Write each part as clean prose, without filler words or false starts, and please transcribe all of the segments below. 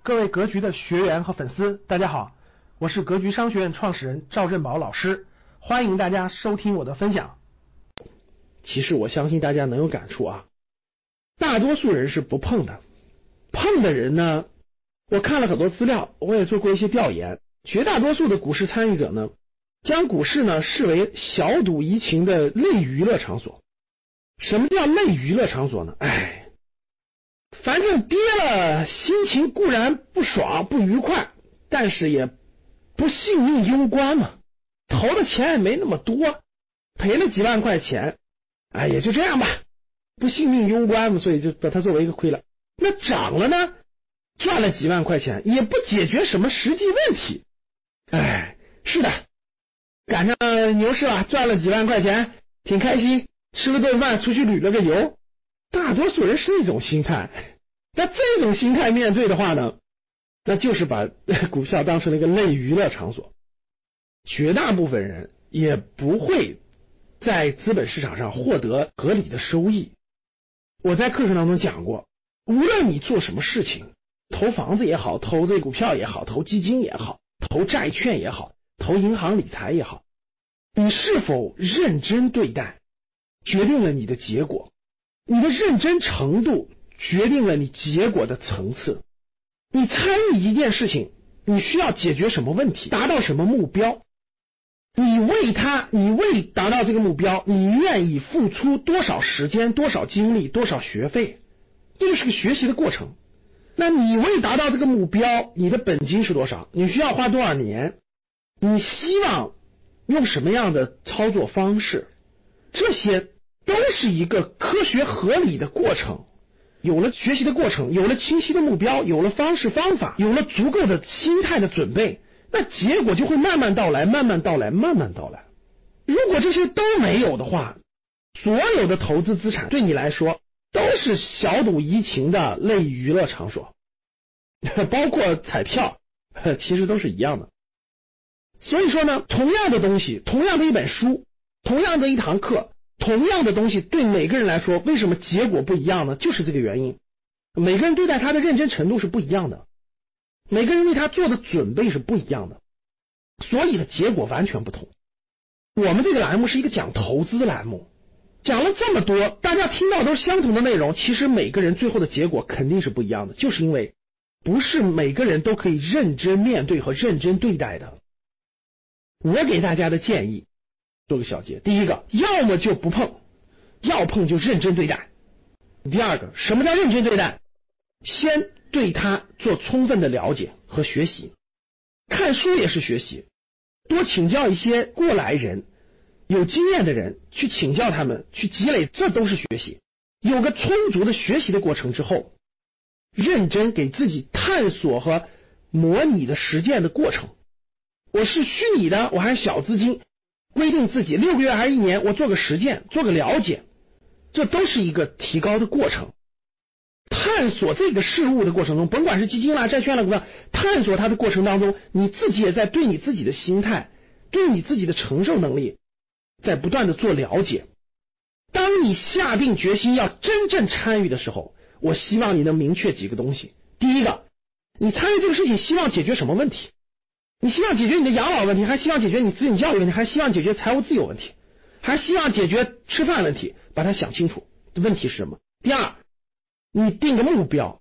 各位格局的学员和粉丝，大家好，我是格局商学院创始人赵振宝老师，欢迎大家收听我的分享。其实我相信大家能有感触啊，大多数人是不碰的，碰的人呢，我看了很多资料，我也做过一些调研，绝大多数的股市参与者呢，将股市呢视为小赌怡情的类娱乐场所。什么叫类娱乐场所呢？反正跌了，心情固然不爽不愉快，但是也不性命攸关嘛。投的钱也没那么多，赔了几万块钱，也就这样吧，不性命攸关嘛，所以就把它作为一个亏了。那涨了呢，赚了几万块钱，也不解决什么实际问题。是的，赶上牛市了，赚了几万块钱，挺开心，吃了顿饭，出去旅了个游。大多数人是这种心态，那这种心态面对的话呢，那就是把股票当成了一个类娱乐场所。绝大部分人也不会在资本市场上获得合理的收益。我在课程当中讲过，无论你做什么事情，投房子也好，投这股票也好，投基金也好，投债券也好，投银行理财也好，你是否认真对待，决定了你的结果。你的认真程度决定了你结果的层次。你参与一件事情，你需要解决什么问题，达到什么目标，你为达到这个目标，你愿意付出多少时间，多少精力，多少学费，这就是个学习的过程。那你为达到这个目标，你的本金是多少，你需要花多少年，你希望用什么样的操作方式，这些都是一个科学合理的过程。有了学习的过程，有了清晰的目标，有了方式方法，有了足够的心态的准备，那结果就会慢慢到来，慢慢到来，慢慢到来。如果这些都没有的话，所有的投资资产对你来说都是小赌怡情的类娱乐场所，包括彩票其实都是一样的。所以说呢，同样的东西，同样的一本书，同样的一堂课，同样的东西对每个人来说，为什么结果不一样呢？就是这个原因。每个人对待他的认真程度是不一样的，每个人为他做的准备是不一样的，所以的结果完全不同。我们这个栏目是一个讲投资的栏目，讲了这么多，大家听到都是相同的内容，其实每个人最后的结果肯定是不一样的，就是因为不是每个人都可以认真面对和认真对待的。我给大家的建议做个小结，第一个，要么就不碰，要碰就认真对待。第二个，什么叫认真对待？先对它做充分的了解和学习，看书也是学习，多请教一些过来人，有经验的人，去请教他们，去积累，这都是学习。有个充足的学习的过程之后，认真给自己探索和模拟的实践的过程。我是虚拟的，我还是小资金，规定自己6个月还是1年，我做个实践，做个了解，这都是一个提高的过程。探索这个事物的过程中，甭管是基金啦、债券啦、股票，探索它的过程当中，你自己也在对你自己的心态，对你自己的承受能力在不断的做了解。当你下定决心要真正参与的时候，我希望你能明确几个东西。第一个，你参与这个事情希望解决什么问题？你希望解决你的养老问题，还希望解决你子女教育问题，还希望解决财务自由问题，还希望解决吃饭问题，把它想清楚，问题是什么？第二，你定个目标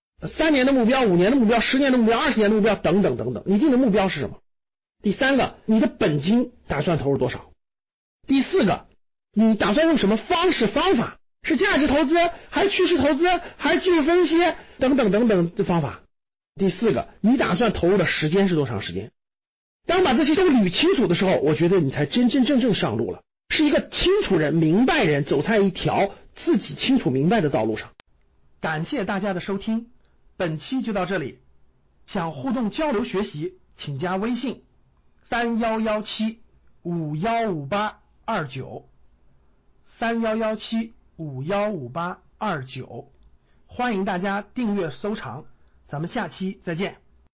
，3年的目标，5年的目标，10年的目标，20年的目标，等等等等，你定的目标是什么？第三个，你的本金打算投入多少？第四个，你打算用什么方式方法？是价值投资，还是趋势投资，还是技术分析，等等等等的方法？第四个，你打算投入的时间是多长时间？当把这些都捋清楚的时候，我觉得你才真真正正上路了，是一个清楚人、明白人，走在一条自己清楚明白的道路上。感谢大家的收听，本期就到这里。想互动交流学习，请加微信3117-515829，3117-515829，欢迎大家订阅收藏，咱们下期再见。